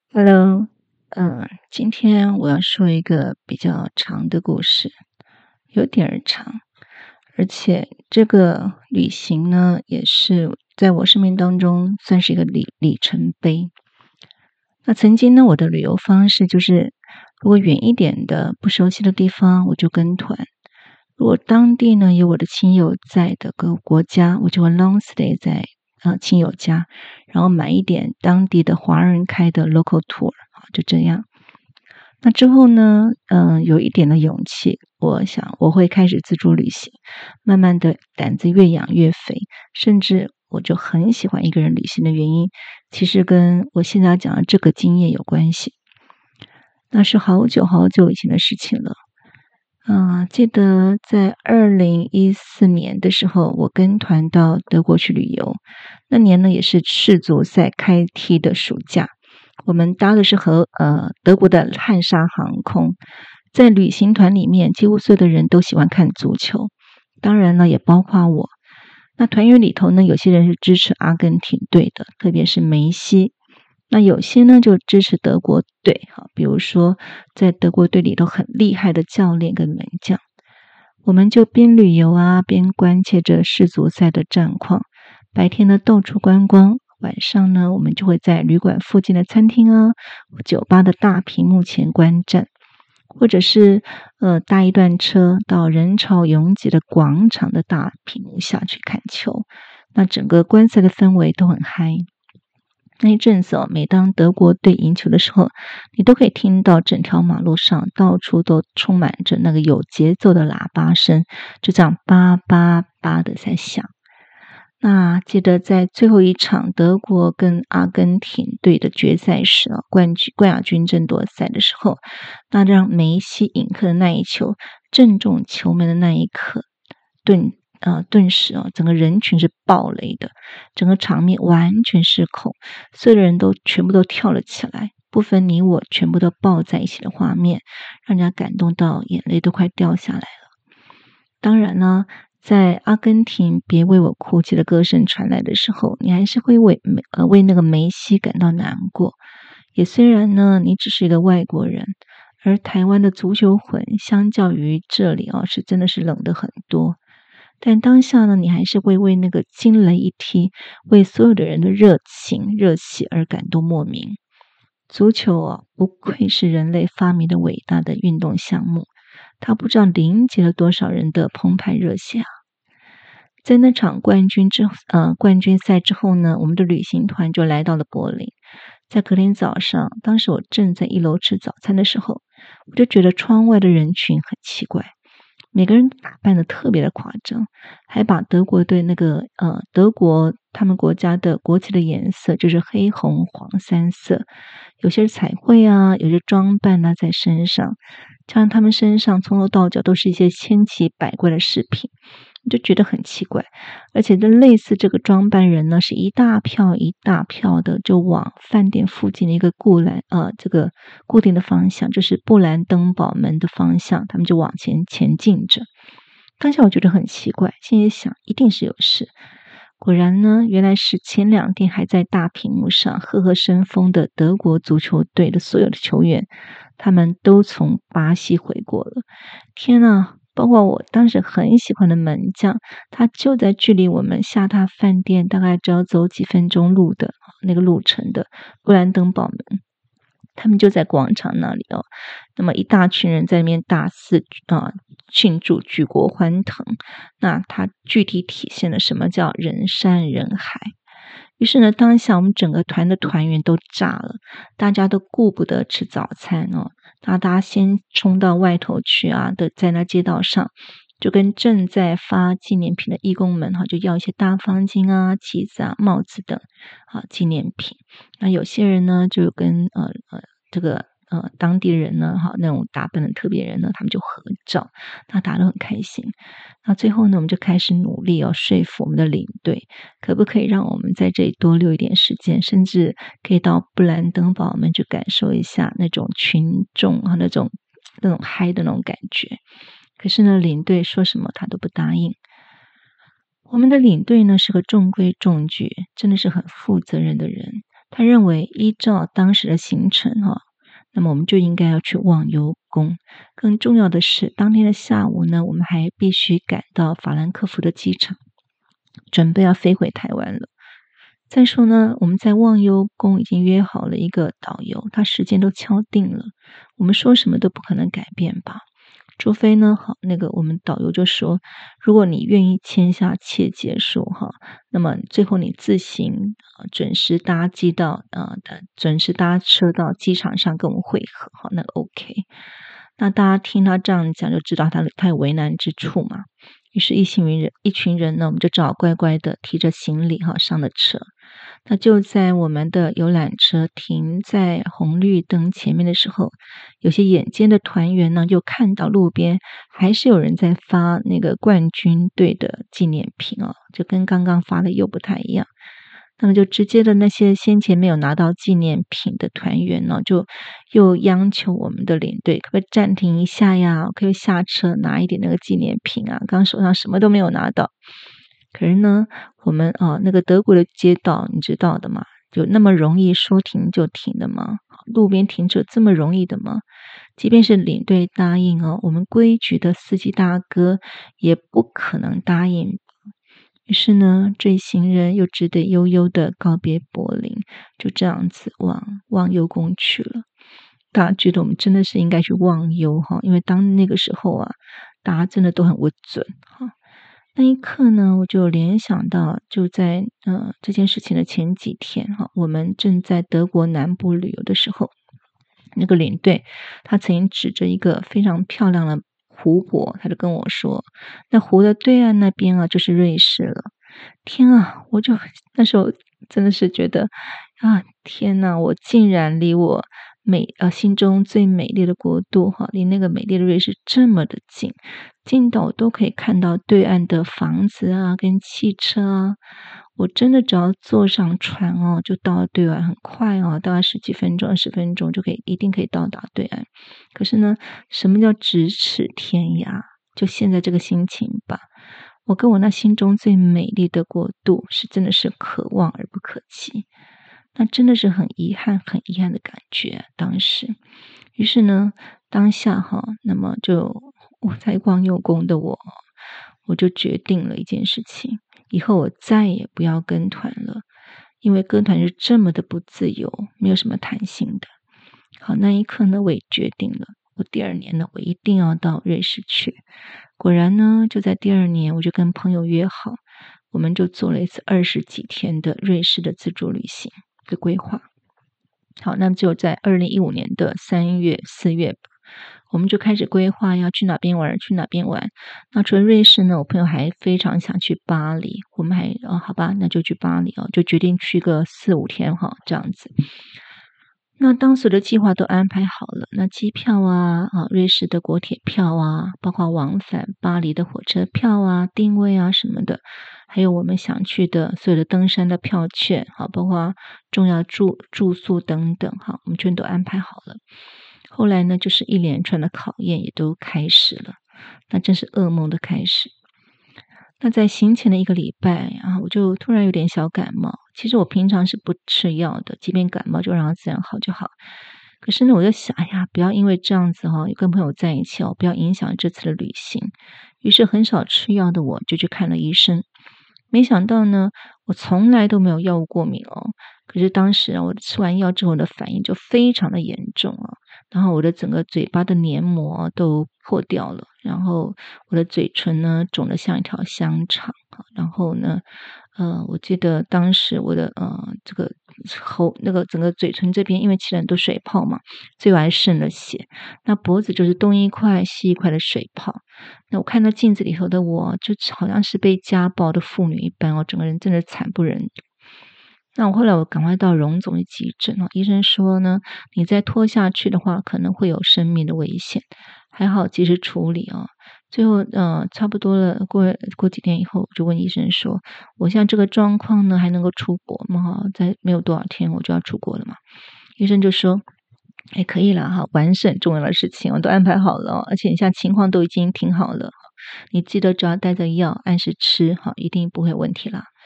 Hello，今天我要说一个比较长的故事，有点儿长，而且这个旅行呢，也是在我生命当中算是一个里程碑。那曾经呢，我的旅游方式就是，如果远一点的不熟悉的地方，我就跟团；如果当地呢有我的亲友在的个国家，我就会 long stay 在亲友家，然后买一点当地的华人开的 local tour 就这样。那之后呢，有一点的勇气，我想我会开始自助旅行，慢慢的胆子越养越肥，甚至我就很喜欢一个人旅行的原因，其实跟我现在要讲的这个经验有关系。那是好久好久以前的事情了。记得在2014年的时候，我跟团到德国去旅游，那年呢也是世足赛开踢的暑假。我们搭的是德国的汉莎航空，在旅行团里面，几乎所有的人都喜欢看足球，当然呢也包括我。那团员里头呢，有些人是支持阿根廷队的，特别是梅西。那有些呢就支持德国队，比如说在德国队里头很厉害的教练跟门将。我们就边旅游边关切着世足赛的战况，白天呢到处观光，晚上呢我们就会在旅馆附近的餐厅酒吧的大屏幕前观战，或者是搭一段车到人潮拥挤的广场的大屏幕下去看球。那整个观赛的氛围都很嗨。那一阵子每当德国队赢球的时候，你都可以听到整条马路上到处都充满着那个有节奏的喇叭声，就这样叭叭叭的在响。那记得在最后一场德国跟阿根廷队的决赛时冠亚军争夺赛的时候，那让梅西引客的那一球正中球门的那一刻，顿时整个人群是爆雷的，整个场面完全失控，所有的人都全部都跳了起来，不分你我，全部都抱在一起的画面，让人家感动到眼泪都快掉下来了。当然呢，在阿根廷别为我哭泣的歌声传来的时候，你还是会为那个梅西感到难过。也虽然呢，你只是一个外国人，而台湾的足球魂相较于这里是真的是冷得很多。但当下呢，你还是会为那个惊雷一踢，为所有的人的热情热血而感动莫名。足球不愧是人类发明的伟大的运动项目，它不知道凝结了多少人的澎湃热血啊！在那场冠军赛之后呢，我们的旅行团就来到了柏林。在隔天早上，当时我正在1楼吃早餐的时候，我就觉得窗外的人群很奇怪，每个人打扮的特别的夸张，还把德国队那个德国他们国家的国旗的颜色就是黑红黄三色，有些是彩绘有些装扮在身上，加上他们身上从头到脚都是一些千奇百怪的饰品，你就觉得很奇怪。而且类似这个装扮人呢，是一大票一大票的就往饭店附近的一个这个固定的方向，就是布兰登堡门的方向，他们就往前进着。当下我觉得很奇怪，心里想一定是有事。果然呢，原来是前2天还在大屏幕上赫赫生风的德国足球队的所有的球员，他们都从巴西回国了。天啊，包括我当时很喜欢的门将，他就在距离我们下榻饭店大概只要走几分钟路的那个路程的布兰登堡门，他们就在广场那里那么一大群人在那边大肆庆祝，举国欢腾。那它具体体现了什么叫人山人海。于是呢，当下我们整个团的团员都炸了，大家都顾不得吃早餐大家先冲到外头去在那街道上，就跟正在发纪念品的义工们就要一些大方巾旗子帽子等纪念品。那有些人呢就跟当地人呢那种打扮的特别人呢，他们就合照，那大家都很开心。那最后呢，我们就开始努力说服我们的领队，可不可以让我们在这里多留一点时间，甚至可以到布兰登堡门去感受一下那种群众那种嗨的那种感觉。可是呢，领队说什么他都不答应。我们的领队呢是个中规中矩，真的是很负责任的人。 他认为依照当时的行程那么我们就应该要去忘忧宫。更重要的是，当天的下午呢，我们还必须赶到法兰克福的机场，准备要飞回台湾了。再说呢，我们在忘忧宫已经约好了一个导游，他时间都敲定了，我们说什么都不可能改变吧。除非呢，我们导游就说，如果你愿意签下切结书那么最后你自行准时搭车到机场上跟我们会合那个 OK。那大家听他这样讲，就知道他有为难之处嘛。于是，一群人呢，我们就只好乖乖的提着行李上了车。那就在我们的游览车停在红绿灯前面的时候，有些眼尖的团员呢，就看到路边还是有人在发那个冠军队的纪念品就跟刚刚发的又不太一样。那么就直接的那些先前没有拿到纪念品的团员呢，就又央求我们的领队可不可以暂停一下呀，可以下车拿一点那个纪念品啊，刚手上什么都没有拿到。可是呢，我们那个德国的街道你知道的嘛，就那么容易说停就停的吗？路边停车这么容易的吗？即便是领队答应我们规矩的司机大哥也不可能答应。于是呢，这一行人又只得悠悠的告别柏林，就这样子往忘忧宫去了。大家觉得我们真的是应该去忘忧因为当那个时候大家真的都很不准那一刻呢，我就联想到，就在这件事情的前几天我们正在德国南部旅游的时候，那个领队他曾经指着一个非常漂亮的湖泊，他就跟我说，那湖的对岸那边就是瑞士了。天啊，我就那时候真的是觉得天哪，我竟然离我心中最美丽的国度离那个美丽的瑞士这么的近到我都可以看到对岸的房子跟汽车我真的只要坐上船就到了对岸，很快大概10几分钟、20分钟就一定可以到达对岸。可是呢，什么叫咫尺天涯？就现在这个心情吧，我跟我那心中最美丽的国度是真的是可望而不可及。那真的是很遗憾的感觉当时。于是呢，当下那么就我在忘忧宫的我就决定了一件事情，以后我再也不要跟团了，因为跟团是这么的不自由，没有什么弹性的。好，那一刻呢，我也决定了，我第2年呢，我一定要到瑞士去。果然呢，就在第2年，我就跟朋友约好，我们就做了一次20几天的瑞士的自助旅行的规划。好，那么就在2015年的3月、4月，我们就开始规划要去哪边玩。那除了瑞士呢，我朋友还非常想去巴黎，我们还好吧，那就去巴黎就决定去个4、5天这样子。那当时的计划都安排好了，那机票瑞士的国铁票包括往返巴黎的火车票定位什么的，还有我们想去的所有的登山的票券包括重要住宿等等我们全都安排好了。后来呢，就是一连串的考验也都开始了，那真是噩梦的开始。那在行前的1个礼拜我就突然有点小感冒。其实我平常是不吃药的，即便感冒就让它自然好就好。可是呢，我就想不要因为这样子跟朋友在一起不要影响这次的旅行。于是很少吃药的我就去看了医生。没想到呢，我从来都没有药物过敏可是当时我吃完药之后的反应就非常的严重然后我的整个嘴巴的黏膜都破掉了，然后我的嘴唇呢肿得像一条香肠然后呢我记得当时我的这个那个整个嘴唇这边因为起了很多水泡嘛，所以我还渗了血。那脖子就是东一块西一块的水泡。那我看到镜子里头的我就好像是被家暴的妇女一般整个人真的惨不忍睹。那后来我赶快到荣总的急诊医生说呢，你再拖下去的话可能会有生命的危险，还好及时处理最后差不多了，过几天以后，我就问医生说，我现在这个状况呢还能够出国吗？再没有多少天我就要出国了嘛。医生就说可以了完是很重要的事情我都安排好了而且你现在情况都已经挺好了，你记得只要带着药按时吃一定不会有问题啦。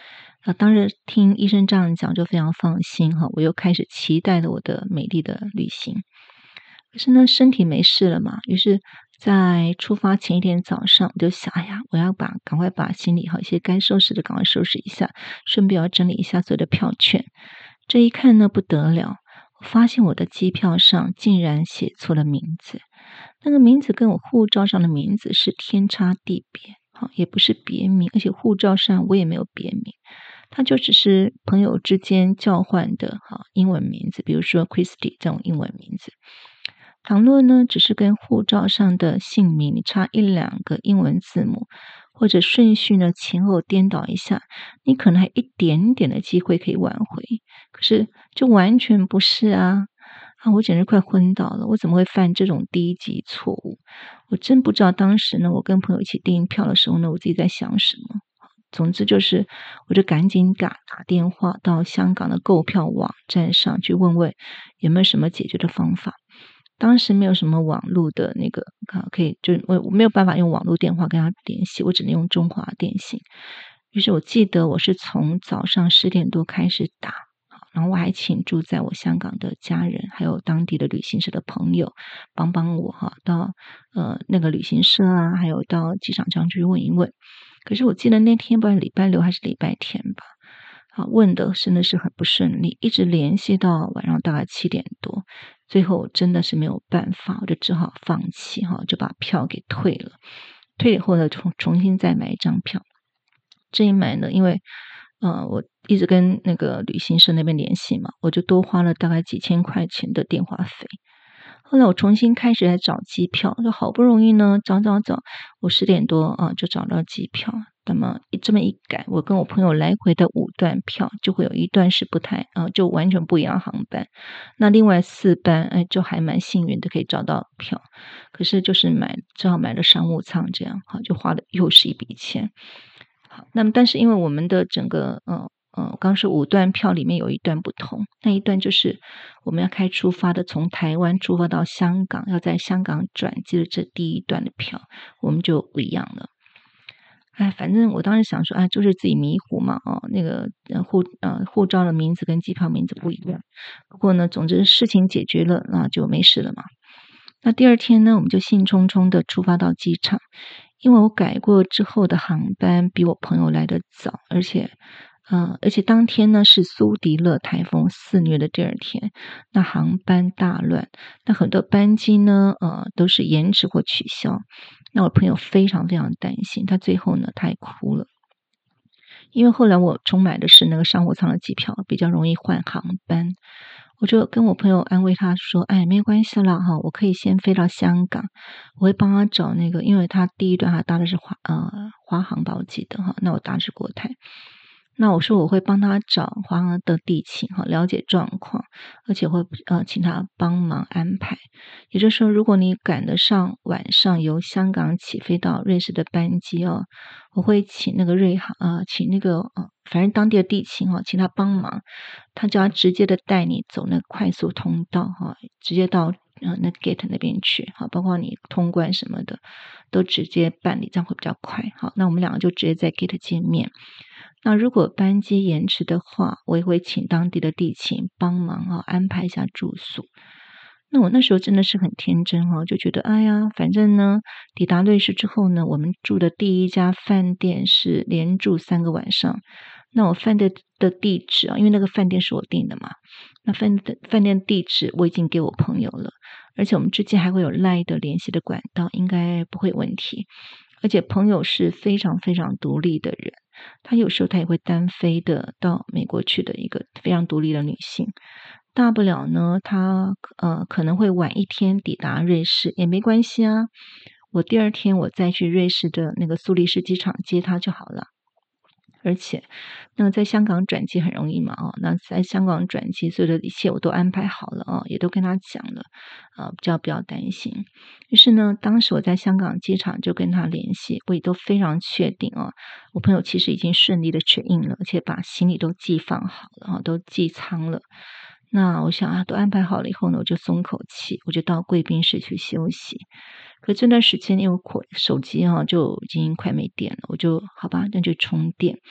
当时听医生这样讲就非常放心哈，我又开始期待了我的美丽的旅行。可是呢，身体没事了嘛，于是在出发前一天早上，我就想，哎呀，我要赶快把行李一些该收拾的赶快收拾一下，顺便要整理一下所有的票券。这一看呢，不得了，我发现我的机票上竟然写错了名字，那个名字跟我护照上的名字是天差地别，好，也不是别名，而且护照上我也没有别名，它就只是朋友之间交换的英文名字，比如说 Christy 这种英文名字。倘若呢，只是跟护照上的姓名差一两个英文字母，或者顺序呢前后颠倒一下，你可能还一点点的机会可以挽回。可是就完全不是啊！我简直快昏倒了！我怎么会犯这种低级错误？我真不知道当时呢，我跟朋友一起订票的时候呢，我自己在想什么。总之就是，我就赶紧打电话到香港的购票网站上去问问有没有什么解决的方法。当时没有什么网络的那个可以，就我没有办法用网络电话跟他联系，我只能用中华电信。于是我记得我是从早上10点多开始打，然后我还请住在我香港的家人，还有当地的旅行社的朋友帮我到那个旅行社啊，还有到机场这样去问一问。可是我记得那天不知道礼拜六还是礼拜天吧，问的真的是很不顺利，一直联系到晚上大概7点多，最后真的是没有办法，我就只好放弃就把票给退了。退以后呢，重新再买一张票。这一买呢，因为我一直跟那个旅行社那边联系嘛，我就多花了大概几千块钱的电话费。后来我重新开始来找机票，就好不容易呢找，我10点多就找到机票。那么这么一改，我跟我朋友来回的5段票，就会有一段是不太就完全不一样航班。那另外4班就还蛮幸运的可以找到票，可是就是只好买了商务舱，这样就花了又是一笔钱。好，那么但是因为我们的整个刚说5段票里面有一段不同，那一段就是我们要出发的，从台湾出发到香港，要在香港转机的这第一段的票，我们就不一样了。反正我当时想说，就是自己迷糊嘛，那个护照的名字跟机票名字不一样。不过呢，总之事情解决了，那就没事了嘛。那第二天呢，我们就兴冲冲的出发到机场，因为我改过之后的航班比我朋友来得早，而且当天呢是苏迪勒台风肆虐的第二天，那航班大乱，那很多班机呢都是延迟或取消。那我朋友非常非常担心，他最后呢他也哭了，因为后来我重买的是那个商务舱的机票，比较容易换航班。我就跟我朋友安慰他说：“没关系啦我可以先飞到香港，我会帮他找那个，因为他第一段他搭的是华航吧，我记得那我搭的是国泰。那我说我会帮他找华航的地勤了解状况，而且会请他帮忙安排。也就是说，如果你赶得上晚上由香港起飞到瑞士的班机我会请那个瑞航请那个反正当地的地勤请他帮忙，他就要直接的带你走那个快速通道直接到那 gate 那边去包括你通关什么的都直接办理，这样会比较快。那我们两个就直接在 gate 见面。那如果班机延迟的话，我也会请当地的地勤帮忙安排一下住宿。那我那时候真的是很天真就觉得哎呀，反正呢抵达瑞士之后呢，我们住的第一家饭店是连住3个晚上。那我饭店的地址因为那个饭店是我订的嘛，那饭店地址我已经给我朋友了，而且我们之间还会有 LINE 的联系的管道，应该不会有问题。而且朋友是非常非常独立的人，他有时候他也会单飞的到美国去的一个非常独立的女性。大不了呢，他可能会晚1天抵达瑞士也没关系啊，我第2天我再去瑞士的那个苏黎世机场接他就好了。而且那在香港转机很容易嘛那在香港转机所有的一切我都安排好了也都跟他讲了不要担心。于是呢，当时我在香港机场就跟他联系，我也都非常确定我朋友其实已经顺利的 check in 了，而且把行李都寄放好了都寄舱了。那我想都安排好了以后呢，我就松口气，我就到贵宾室去休息。可这段时间因为我手机就已经快没电了，我就好吧，那就充电。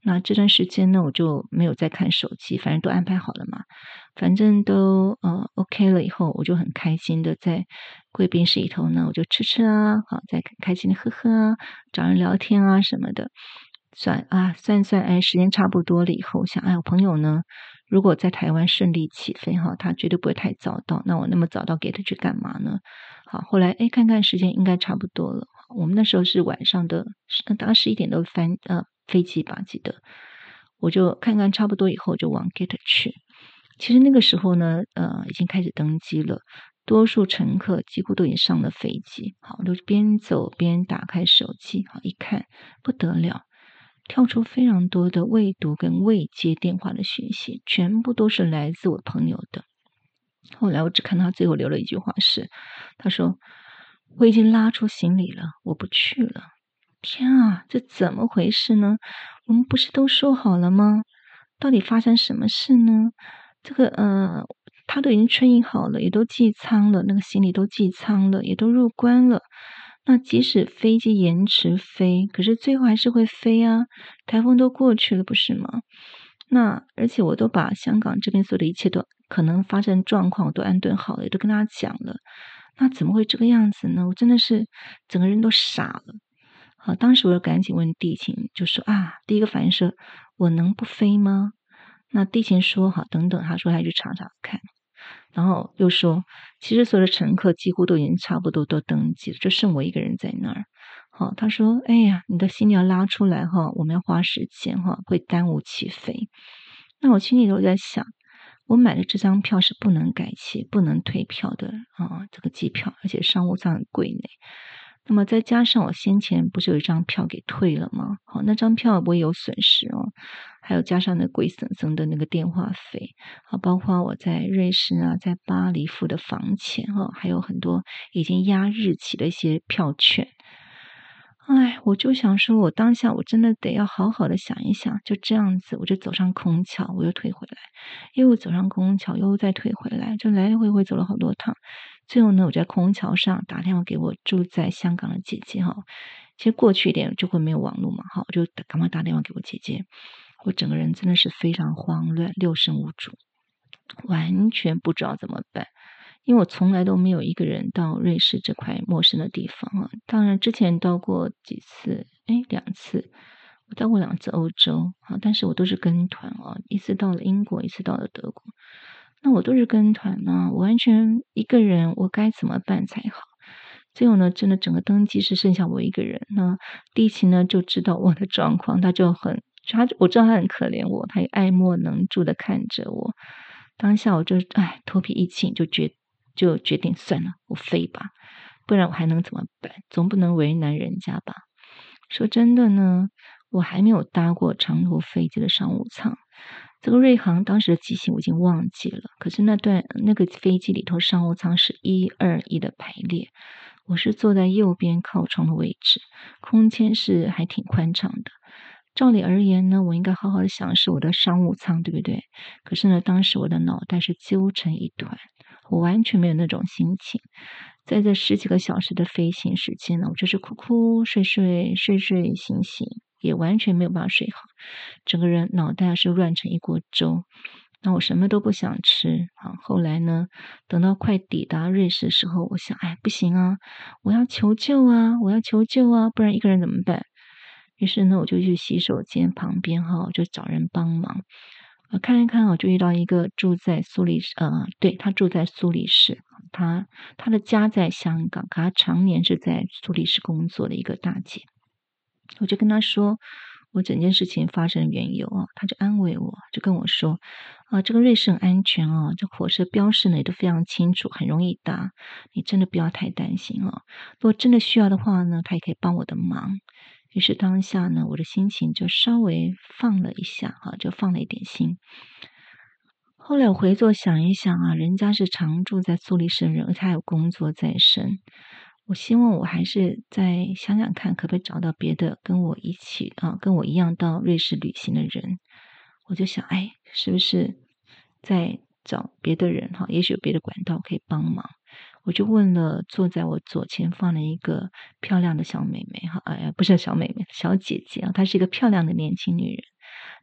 那这段时间呢，我就没有再看手机，反正都安排好了嘛，反正都OK 了以后，我就很开心的在贵宾室里头呢，我就吃啊，好，再开心的喝啊，找人聊天啊什么的。算，哎，时间差不多了以后，我想，哎，我朋友呢，如果在台湾顺利起飞哈，他绝对不会太早到。那我那么早到给他去干嘛呢？好，后来哎，看看时间应该差不多了。我们那时候是晚上的，大概11点都飞机吧，记得。我就看看差不多以后就往 gate 去。其实那个时候呢，已经开始登机了，多数乘客几乎都已经上了飞机。好，我就边走边打开手机，好一看不得了。跳出非常多的未读跟未接电话的讯息，全部都是来自我朋友的。后来我只看到他最后留了一句话是，他说：“我已经拉出行李了，我不去了。”天啊，这怎么回事呢？我们不是都说好了吗？到底发生什么事呢？这个他都已经确认好了，也都寄舱了，那个行李都寄舱了，也都入关了。那即使飞机延迟飞，可是最后还是会飞啊。台风都过去了，不是吗？那而且我都把香港这边所有的一切都可能发生状况，我都安顿好了，也都跟他讲了。那怎么会这个样子呢？我真的是整个人都傻了。好，当时我就赶紧问地勤，就说啊，第一个反应是我能不飞吗？那地勤说好，等等，他说他去查查看。然后又说，其实所有的乘客几乎都已经差不多都登记了，就剩我一个人在那儿。好，他说：“哎呀，你的行李要拉出来哈，我们要花时间哈，会耽误起飞。”那我心里都在想，我买的这张票是不能改期、不能退票的这个机票，而且商务舱很贵呢。那么再加上我先前不是有一张票给退了吗？好，那张票我也有损失哦，还有加上那贵森森的那个电话费，包括我在瑞士啊，在巴黎付的房钱还有很多已经压日期的一些票券。哎，我就想说，我当下我真的得要好好的想一想，就这样子，我就走上空桥，我又退回来，又走上空桥，又再退回来，就来来回回走了好多趟。最后呢，我在空桥上打电话给我住在香港的姐姐哈，其实过去一点就会没有网络嘛，哈，我就赶快打电话给我姐姐。我整个人真的是非常慌乱，六神无主，完全不知道怎么办。因为我从来都没有一个人到瑞士这块陌生的地方啊。当然之前到过几次，2次，我到过2次欧洲啊，但是我都是跟团啊，一次到了英国，一次到了德国。那我都是跟团呢，我完全一个人，我该怎么办才好？最后呢，真的整个登机是剩下我一个人。那地勤呢就知道我的状况，我知道他很可怜我，他也爱莫能助的看着我。当下我就头皮一紧，就决定算了，我飞吧，不然我还能怎么办？总不能为难人家吧。说真的呢，我还没有搭过长途飞机的商务舱。这个瑞航当时的机型我已经忘记了，可是那个飞机里头商务舱是121的排列，我是坐在右边靠窗的位置，空间是还挺宽敞的。照理而言呢，我应该好好的享受我的商务舱，对不对？可是呢，当时我的脑袋是揪成一团，我完全没有那种心情。在这十几个小时的飞行时间呢，我就是哭哭睡睡醒醒，也完全没有办法睡好，整个人脑袋是乱成一锅粥。那我什么都不想吃啊。后来呢，等到快抵达瑞士的时候，我想，不行啊，我要求救啊，我要求救啊，不然一个人怎么办？于是呢，我就去洗手间旁边我就找人帮忙。看一看我就遇到一个住在苏黎世，对，他住在苏黎世，他的家在香港，可他常年是在苏黎世工作的一个大姐。我就跟他说我整件事情发生的缘由他就安慰我，就跟我说这个瑞士很安全这火车标示呢也都非常清楚，很容易搭，你真的不要太担心如果真的需要的话呢，他也可以帮我的忙。于是当下呢，我的心情就稍微放了一下就放了一点心。后来我回头想一想人家是常住在苏黎世的人，而且还有工作在身。我希望我还是再想想看，可不可以找到别的跟我一起跟我一样到瑞士旅行的人。我就想，是不是再找别的人也许有别的管道可以帮忙。我就问了坐在我左前方的一个漂亮的小妹妹不是小妹妹，小姐姐她是一个漂亮的年轻女人。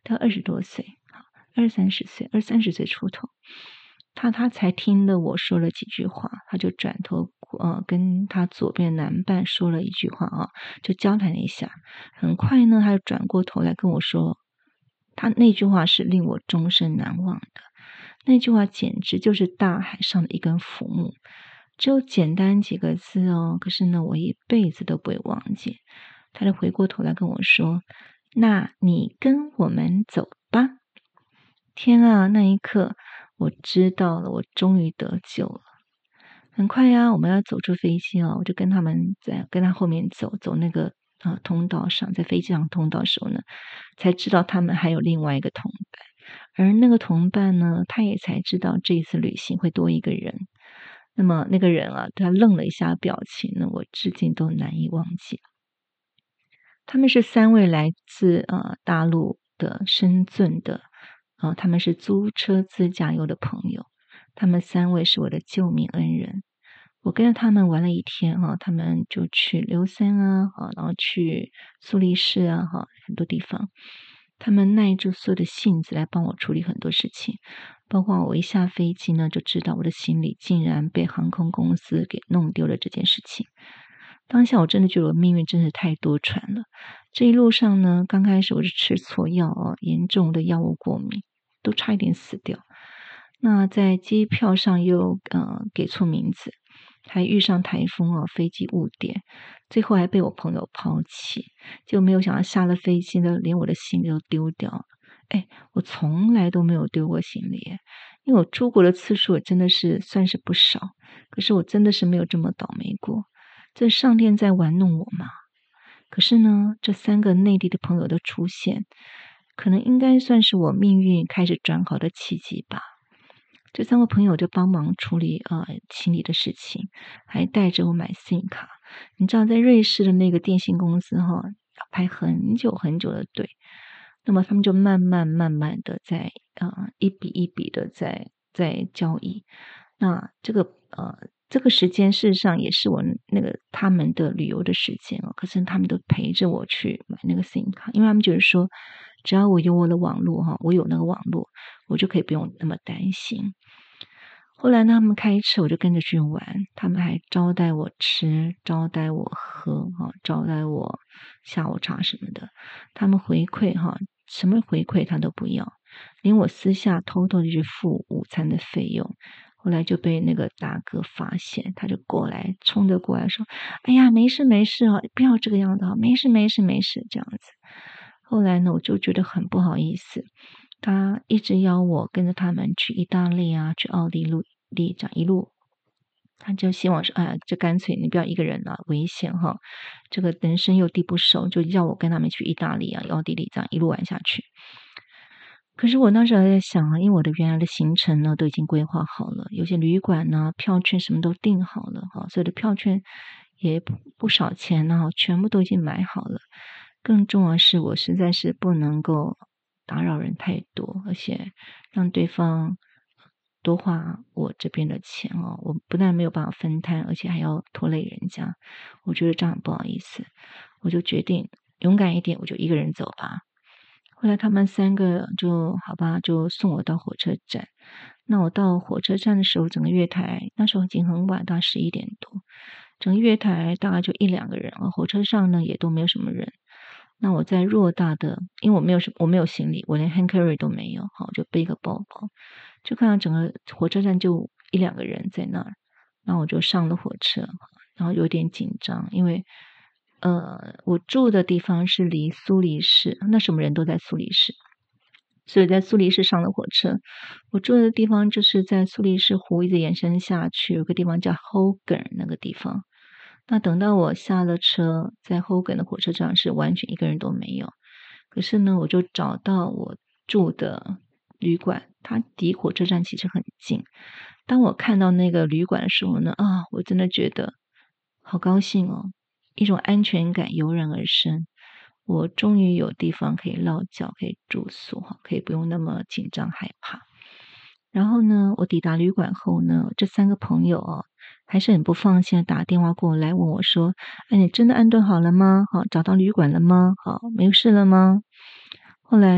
他20多岁，20、30岁，20、30岁出头。他才听了我说了几句话，他就转头跟他左边男伴说了一句话就交谈了一下。很快呢，他就转过头来跟我说，他那句话是令我终身难忘的。那句话简直就是大海上的一根浮木，只有简单几个字可是呢，我一辈子都不会忘记。他就回过头来跟我说：“那你跟我们走吧。”天啊，那一刻我知道了，我终于得救了。很快呀，我们要走出飞机我就跟他后面走那个通道上，在飞机上通道的时候呢，才知道他们还有另外一个同伴，而那个同伴呢，他也才知道这一次旅行会多一个人。那么那个人他愣了一下，表情呢，我至今都难以忘记。他们是3位来自大陆的深圳的他们是租车自驾游的朋友，他们3位是我的救命恩人。我跟着他们玩了一天他们就去硫山然后去苏黎世很多地方。他们耐住所有的性子来帮我处理很多事情，包括我一下飞机呢，就知道我的行李竟然被航空公司给弄丢了这件事情。当下我真的觉得我命运真是太多舛了。这一路上呢，刚开始我是吃错药严重的药物过敏，都差一点死掉。那在机票上又给错名字，还遇上台风飞机误点，最后还被我朋友抛弃。就没有想到下了飞机呢，连我的行李都丢掉了。我从来都没有丢过行李耶，因为我出国的次数也真的是算是不少，可是我真的是没有这么倒霉过。这上天在玩弄我吗？可是呢，这3个内地的朋友的出现，可能应该算是我命运开始转好的契机吧。这3个朋友就帮忙处理行李的事情，还带着我买 SIM 卡。你知道，在瑞士的那个电信公司要排很久很久的队，那么他们就慢慢的在一笔一笔的在交易。那这个时间事实上也是我那个他们的旅游的时间可是他们都陪着我去买那个 SIM 卡，因为他们觉得说，只要我有我的网络我有那个网络，我就可以不用那么担心。后来呢，他们开车，我就跟着去玩，他们还招待我吃，招待我喝招待我下午茶什么的。他们回馈什么回馈他都不要，连我私下偷偷的去付午餐的费用。后来就被那个大哥发现，他就冲着过来说：“哎呀，没事没事不要这个样子没事没事没事这样子。”后来呢，我就觉得很不好意思，他一直邀我跟着他们去意大利去奥地利这样一路，他就希望说，这干脆你不要一个人危险这个人生又地不熟，就要我跟他们去意大利奥地利这样一路玩下去。可是我那时候还在想因为我的原来的行程呢都已经规划好了，有些旅馆票券什么都订好了所有的票券也不少钱全部都已经买好了。更重要的是，我实在是不能够打扰人太多，而且让对方多花我这边的钱我不但没有办法分摊，而且还要拖累人家，我觉得这样很不好意思。我就决定勇敢一点，我就一个人走吧。后来他们3个就好吧，就送我到火车站。那我到火车站的时候，整个月台那时候已经很晚，到11点多，整个月台大概就1-2个人火车上呢也都没有什么人。那我在偌大的，因为我没有行李，我连 hand carry 都没有我就背个包包，就看到整个火车站就1-2个人在那儿。然后我就上了火车，然后有点紧张，因为我住的地方是离苏黎世，那什么人都在苏黎世，所以在苏黎世上了火车。我住的地方就是在苏黎世湖一直延伸下去，有个地方叫 Hogan 那个地方。那等到我下了车，在 Hogan 的火车站是完全一个人都没有。可是呢，我就找到我住的旅馆，它离火车站其实很近。当我看到那个旅馆的时候呢，我真的觉得好高兴一种安全感油然而生。我终于有地方可以落脚，可以住宿可以不用那么紧张害怕。然后呢，我抵达旅馆后呢，这3个朋友还是很不放心的打电话过来问我说：“你真的安顿好了吗？找到旅馆了吗？没事了吗？”后来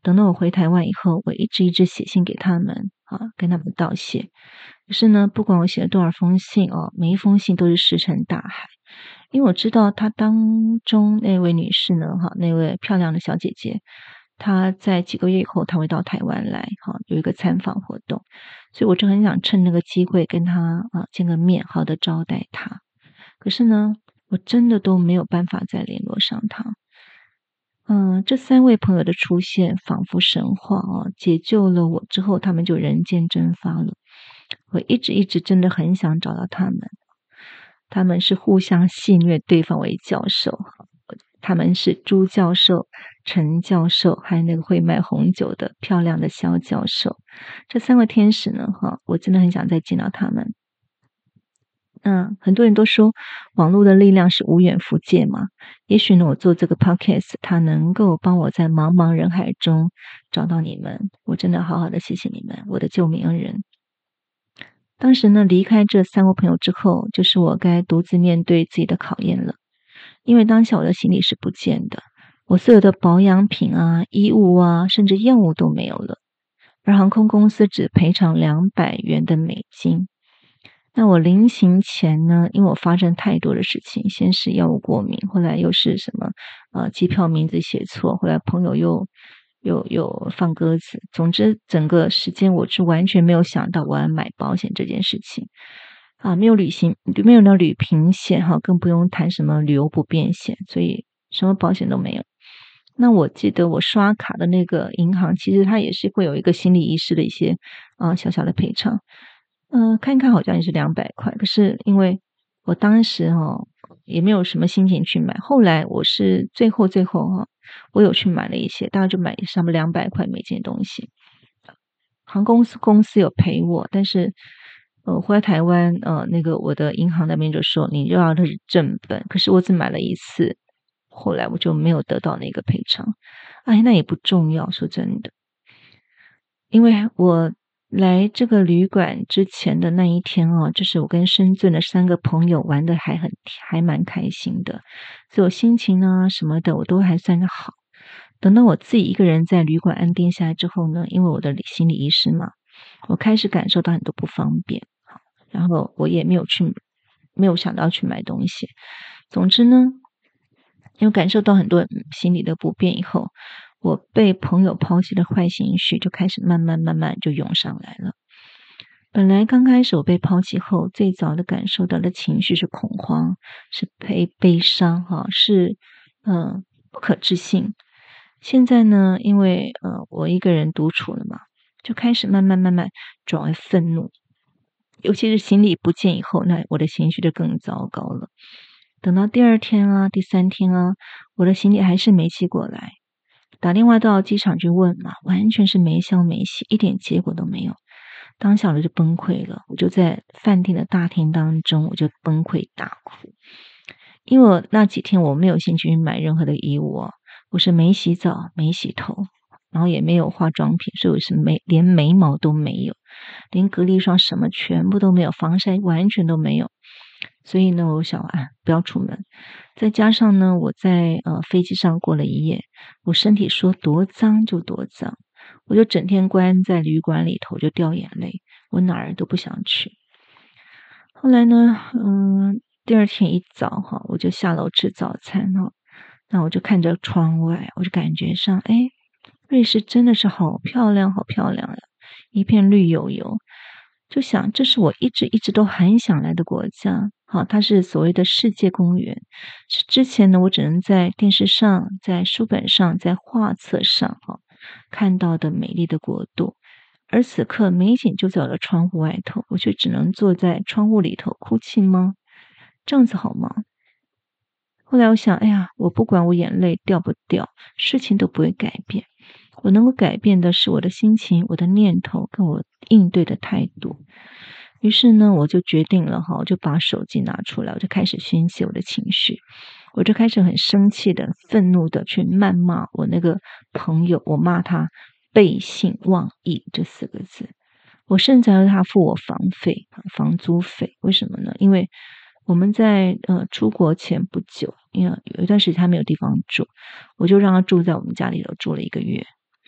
等到我回台湾以后，我一直写信给他们跟他们道谢。可是呢，不管我写了多少封信每一封信都是石沉大海。因为我知道她当中那位女士呢那位漂亮的小姐姐，她在几个月以后她会到台湾来有一个参访活动，所以我就很想趁那个机会跟她见个面，好的招待她。可是呢，我真的都没有办法再联络上她。这3位朋友的出现仿佛神话解救了我之后，他们就人间蒸发了。我一直真的很想找到他们。他们是互相戏谑对方为教授，他们是朱教授、陈教授，还有那个会卖红酒的漂亮的肖教授。这3位天使呢我真的很想再见到他们。很多人都说网络的力量是无远弗届嘛，也许呢我做这个 podcast 它能够帮我在茫茫人海中找到你们，我真的好好的谢谢你们，我的救命恩人。当时呢离开这3位朋友之后，就是我该独自面对自己的考验了。因为当下我的行李是不见的，我所有的保养品衣物甚至药物都没有了，而航空公司只赔偿200元的美金。那我临行前呢，因为我发生太多的事情，先是药物过敏，后来又是什么机票名字写错，后来朋友又放鸽子。总之整个时间我是完全没有想到我要买保险这件事情没有没有那旅平险更不用谈什么旅游不便险，所以什么保险都没有。那我记得我刷卡的那个银行，其实它也是会有一个心理医师的一些小小的赔偿。看看好像也是200块，可是因为我当时也没有什么心情去买，后来我是最后我有去买了一些，大概就买上面200块美金的东西。航空公司有赔我，但是回来台湾那个我的银行那边就说你又要的是正本，可是我只买了一次，后来我就没有得到那个赔偿。那也不重要，说真的，因为我来这个旅馆之前的那一天就是我跟深圳的3个朋友玩的还蛮开心的，所以我心情呢什么的我都还算好。等到我自己一个人在旅馆安定下来之后呢，因为我的心理医师嘛，我开始感受到很多不方便，然后我也没有想到去买东西。总之呢，因为感受到很多心理的不便以后，我被朋友抛弃的坏情绪就开始慢慢就涌上来了。本来刚开始我被抛弃后，最早的感受到的情绪是恐慌，是悲伤是不可置信。现在呢，因为我一个人独处了嘛，就开始慢慢转为愤怒，尤其是行李不见以后，那我的情绪就更糟糕了。等到第2天第3天我的行李还是没寄过来，打电话到机场去问嘛，完全是没消没息，一点结果都没有。当下我就崩溃了，我就在饭店的大厅当中，我就崩溃大哭。因为我那几天我没有兴趣买任何的衣物我是没洗澡没洗头，然后也没有化妆品，所以我是连眉毛都没有，连隔离霜什么全部都没有，防晒完全都没有。所以呢我想不要出门。再加上呢我在飞机上过了一夜，我身体说多脏就多脏，我就整天关在旅馆里头就掉眼泪，我哪儿都不想去。后来呢第2天一早我就下楼吃早餐那我就看着窗外，我就感觉上瑞士真的是好漂亮好漂亮呀，一片绿油油。就想这是我一直都很想来的国家它是所谓的世界公园，是之前呢我只能在电视上在书本上在画册上看到的美丽的国度，而此刻美景就在我的窗户外头，我却只能坐在窗户里头哭泣吗？这样子好吗？后来我想我不管我眼泪掉不掉，事情都不会改变，我能够改变的是我的心情，我的念头跟我应对的态度。于是呢我就决定了我就把手机拿出来，我就开始宣泄我的情绪，我就开始很生气的愤怒的去谩骂我那个朋友，我骂他背信忘义这4个字。我甚至要他付我房租费。为什么呢？因为我们在出国前不久，因为有一段时间他没有地方住，我就让他住在我们家里头住了1个月。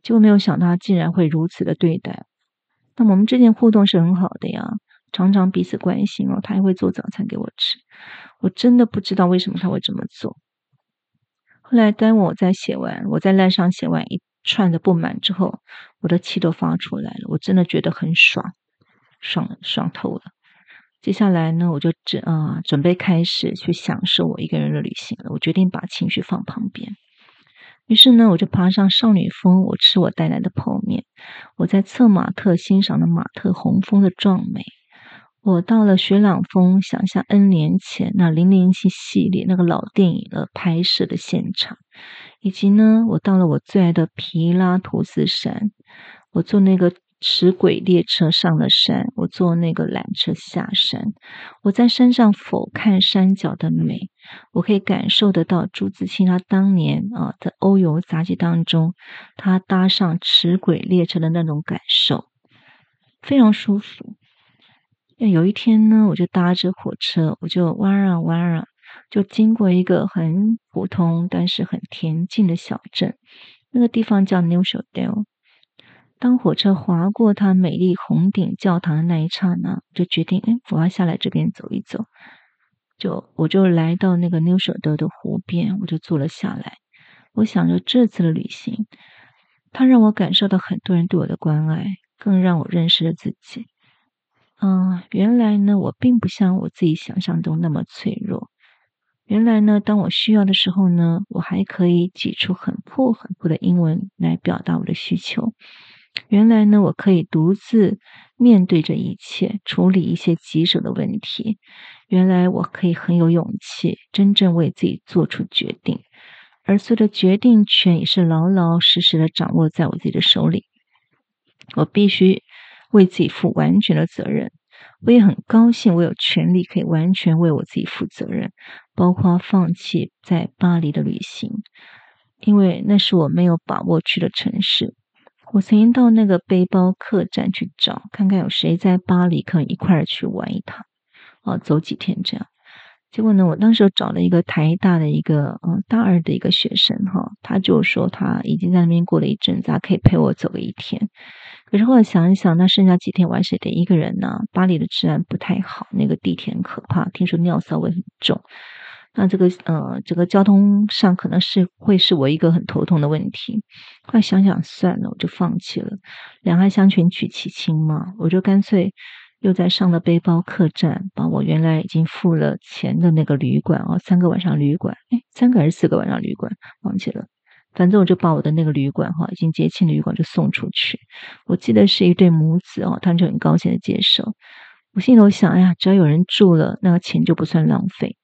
结果没有想到他竟然会如此的对待。那么我们之间互动是很好的呀，常常彼此关心哦，他还会做早餐给我吃。我真的不知道为什么他会这么做。后来当我在赖上写完一串的不满之后，我的气都发出来了，我真的觉得很爽透了。接下来呢，我就准备开始去享受我一个人的旅行了。我决定把情绪放旁边。于是呢，我就爬上少女峰，我吃我带来的泡面。我在策马特欣赏了马特洪峰的壮美。我到了雪朗峰，想象 N 年前那007系列那个老电影的拍摄的现场，以及呢，我到了我最爱的皮拉图斯山，我坐那个齿轨列车上了山，我坐那个缆车下山，我在山上俯瞰山脚的美，我可以感受得到朱自清他当年在《欧游杂记》当中，他搭上齿轨列车的那种感受，非常舒服。有一天呢，我就搭着火车，我就弯就经过一个很普通但是很恬静的小镇，那个地方叫 Neuchâtel。当火车划过它美丽红顶教堂的那一刹那，就决定，我要下来这边走一走。我就来到那个 Neuchâtel的湖边，我就坐了下来。我想着这次的旅行，它让我感受到很多人对我的关爱，更让我认识了自己。原来呢，我并不像我自己想象中那么脆弱。原来呢，当我需要的时候呢，我还可以挤出很破的英文来表达我的需求。原来呢，我可以独自面对这一切，处理一些棘手的问题。原来我可以很有勇气，真正为自己做出决定，而所有的决定权也是老老实实的掌握在我自己的手里。我必须为自己负完全的责任。我也很高兴我有权利可以完全为我自己负责任，包括放弃在巴黎的旅行，因为那是我没有把握去的城市。我曾经到那个背包客栈去找，看看有谁在巴黎可以一块儿去玩一趟，走几天这样。结果呢，我当时找了一个台大的一个大二的一个学生他就说他已经在那边过了一阵子，他可以陪我走个一天。可是后来想一想，那剩下几天我还是得一个人呢。巴黎的治安不太好，那个地铁很可怕，听说尿骚味很重。那这个交通上可能会是我一个很头痛的问题。后来想想算了，我就放弃了。两害相权取其轻嘛，我就干脆又在上了背包客栈，把我原来已经付了钱的那个旅馆3个晚上旅馆，3个还是4个晚上旅馆忘记了。反正我就把我的那个旅馆已经结清的旅馆就送出去。我记得是一对母子他们就很高兴的接受。我心里头想，哎呀，只要有人住了，那个钱就不算浪费。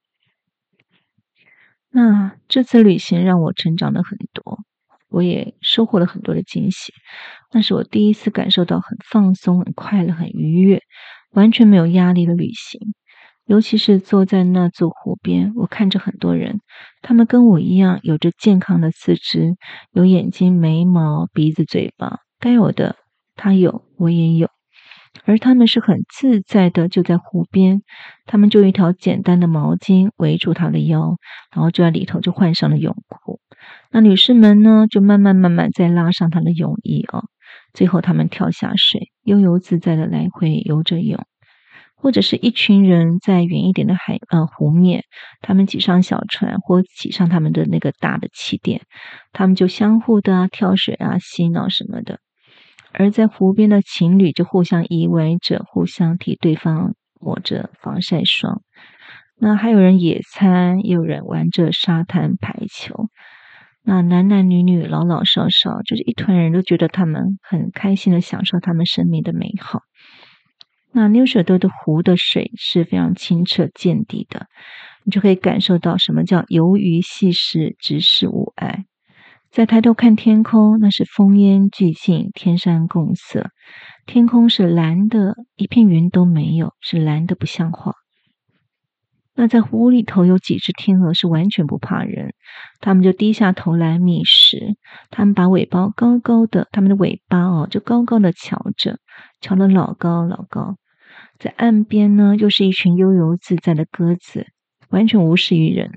那这次旅行让我成长了很多，我也收获了很多的惊喜。那是我第一次感受到很放松、很快乐、很愉悦，完全没有压力的旅行。尤其是坐在那座湖边，我看着很多人，他们跟我一样有着健康的四肢，有眼睛、眉毛、鼻子、嘴巴，该有的他有，我也有。而他们是很自在的就在湖边，他们就用一条简单的毛巾围住他的腰，然后就在里头就换上了泳裤。那女士们呢，就慢慢再拉上她的泳衣最后他们跳下水，悠游自在的来回游着泳。或者是一群人在远一点的湖面，他们挤上小船或挤上他们的那个大的气垫，他们就相互的跳水嬉闹什么的。而在湖边的情侣就互相依偎着，互相替对方抹着防晒霜。那还有人野餐，也有人玩着沙滩排球。那男男女女老老少少，就是一团人都觉得他们很开心的享受他们生命的美好。那纽舍多的湖的水是非常清澈见底的，你就可以感受到什么叫游鱼细视，直视无碍。再抬头看天空，那是烽烟俱尽，天山共色。天空是蓝的，一片云都没有，是蓝的不像话。那在湖里头有几只天鹅是完全不怕人，它们就低下头来觅食，它们把尾巴高高的，它们的尾巴就高高的翘着，翘得老高老高。在岸边呢，又是一群悠游自在的鸽子，完全无视于人类，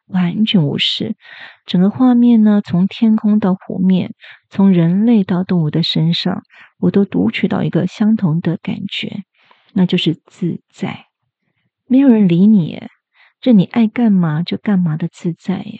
完全无视。整个画面呢，从天空到湖面，从人类到动物的身上，我都读取到一个相同的感觉，那就是自在。没有人理你耶，这你爱干嘛就干嘛的自在耶。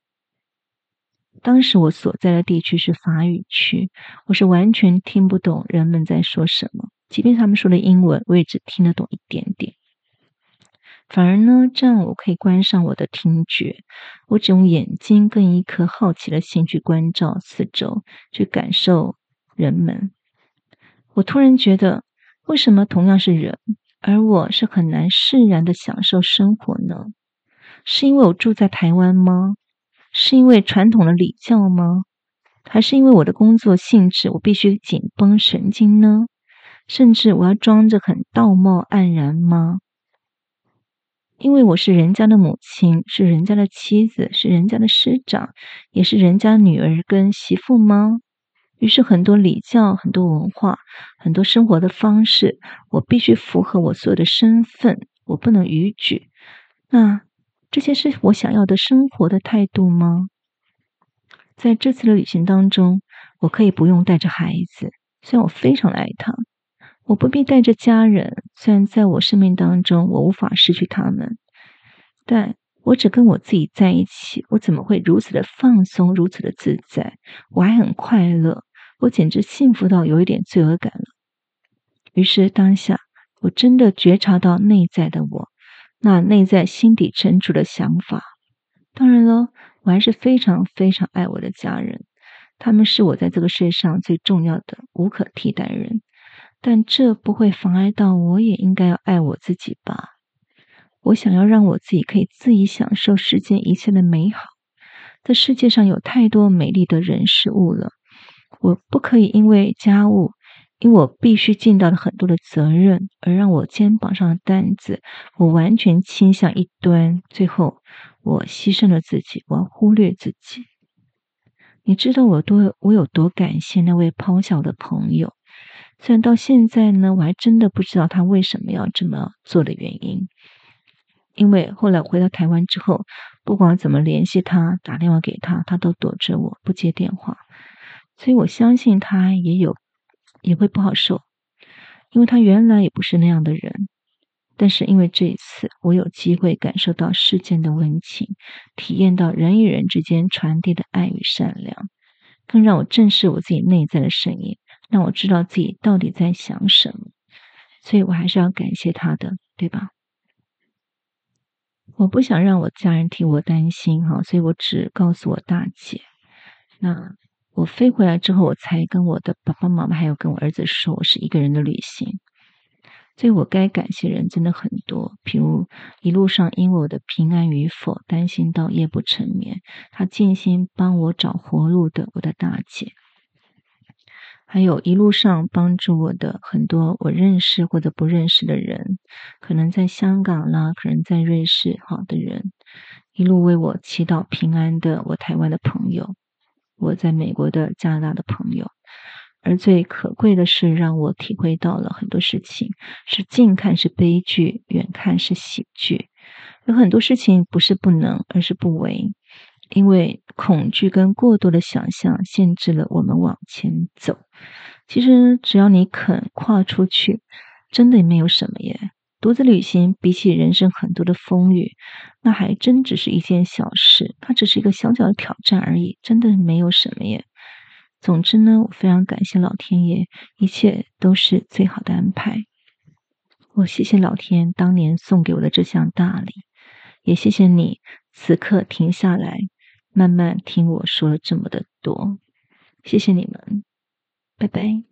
当时我所在的地区是法语区，我是完全听不懂人们在说什么，即便他们说的英文，我也只听得懂一点点。反而呢，这样我可以关上我的听觉，我只用眼睛跟一颗好奇的心去关照四周，去感受人们。我突然觉得，为什么同样是人，而我是很难释然的享受生活呢？是因为我住在台湾吗？是因为传统的礼教吗？还是因为我的工作性质，我必须紧绷神经呢？甚至我要装着很道貌岸然吗？因为我是人家的母亲，是人家的妻子，是人家的师长，也是人家女儿跟媳妇吗？于是很多礼教、很多文化、很多生活的方式，我必须符合我所有的身份，我不能逾矩。那这些是我想要的生活的态度吗？在这次的旅行当中，我可以不用带着孩子，虽然我非常爱他，我不必带着家人，虽然在我生命当中我无法失去他们，但我只跟我自己在一起，我怎么会如此的放松，如此的自在？我还很快乐，我简直幸福到有一点罪恶感了。于是当下，我真的觉察到内在的我，那内在心底深处的想法。当然了，我还是非常非常爱我的家人，他们是我在这个世界上最重要的、无可替代人。但这不会妨碍到我也应该要爱我自己吧？我想要让我自己可以恣意享受世间一切的美好。这世界上有太多美丽的人事物了，我不可以因为家务，因为我必须尽到了很多的责任，而让我肩膀上的担子，我完全倾向一端，最后我牺牲了自己，我要忽略自己。你知道我有多感谢那位抛下我的朋友，虽然到现在呢，我还真的不知道他为什么要这么做的原因。因为后来我回到台湾之后，不管怎么联系他，打电话给他，他都躲着我不接电话，所以我相信他也会不好受，因为他原来也不是那样的人。但是因为这一次，我有机会感受到世间的温情，体验到人与人之间传递的爱与善良，更让我正视我自己内在的声音，让我知道自己到底在想什么。所以我还是要感谢他的，对吧？我不想让我家人替我担心哈，所以我只告诉我大姐。那我飞回来之后，我才跟我的爸爸妈妈还有跟我儿子说，我是一个人的旅行。所以我该感谢人真的很多，譬如一路上因为我的平安与否担心到夜不成眠，他尽心帮我找活路的我的大姐，还有一路上帮助我的很多我认识或者不认识的人，可能在香港啦，可能在瑞士好的人，一路为我祈祷平安的我台湾的朋友，我在美国的加拿大的朋友。而最可贵的是让我体会到了很多事情，是近看是悲剧，远看是喜剧。有很多事情不是不能，而是不为，因为恐惧跟过多的想象限制了我们往前走。其实只要你肯跨出去，真的也没有什么耶。独自旅行比起人生很多的风雨，那还真只是一件小事，它只是一个小小的挑战而已，真的没有什么耶。总之呢，我非常感谢老天爷，一切都是最好的安排。我谢谢老天当年送给我的这项大礼，也谢谢你此刻停下来，慢慢听我说了这么的多。谢谢你们，拜拜。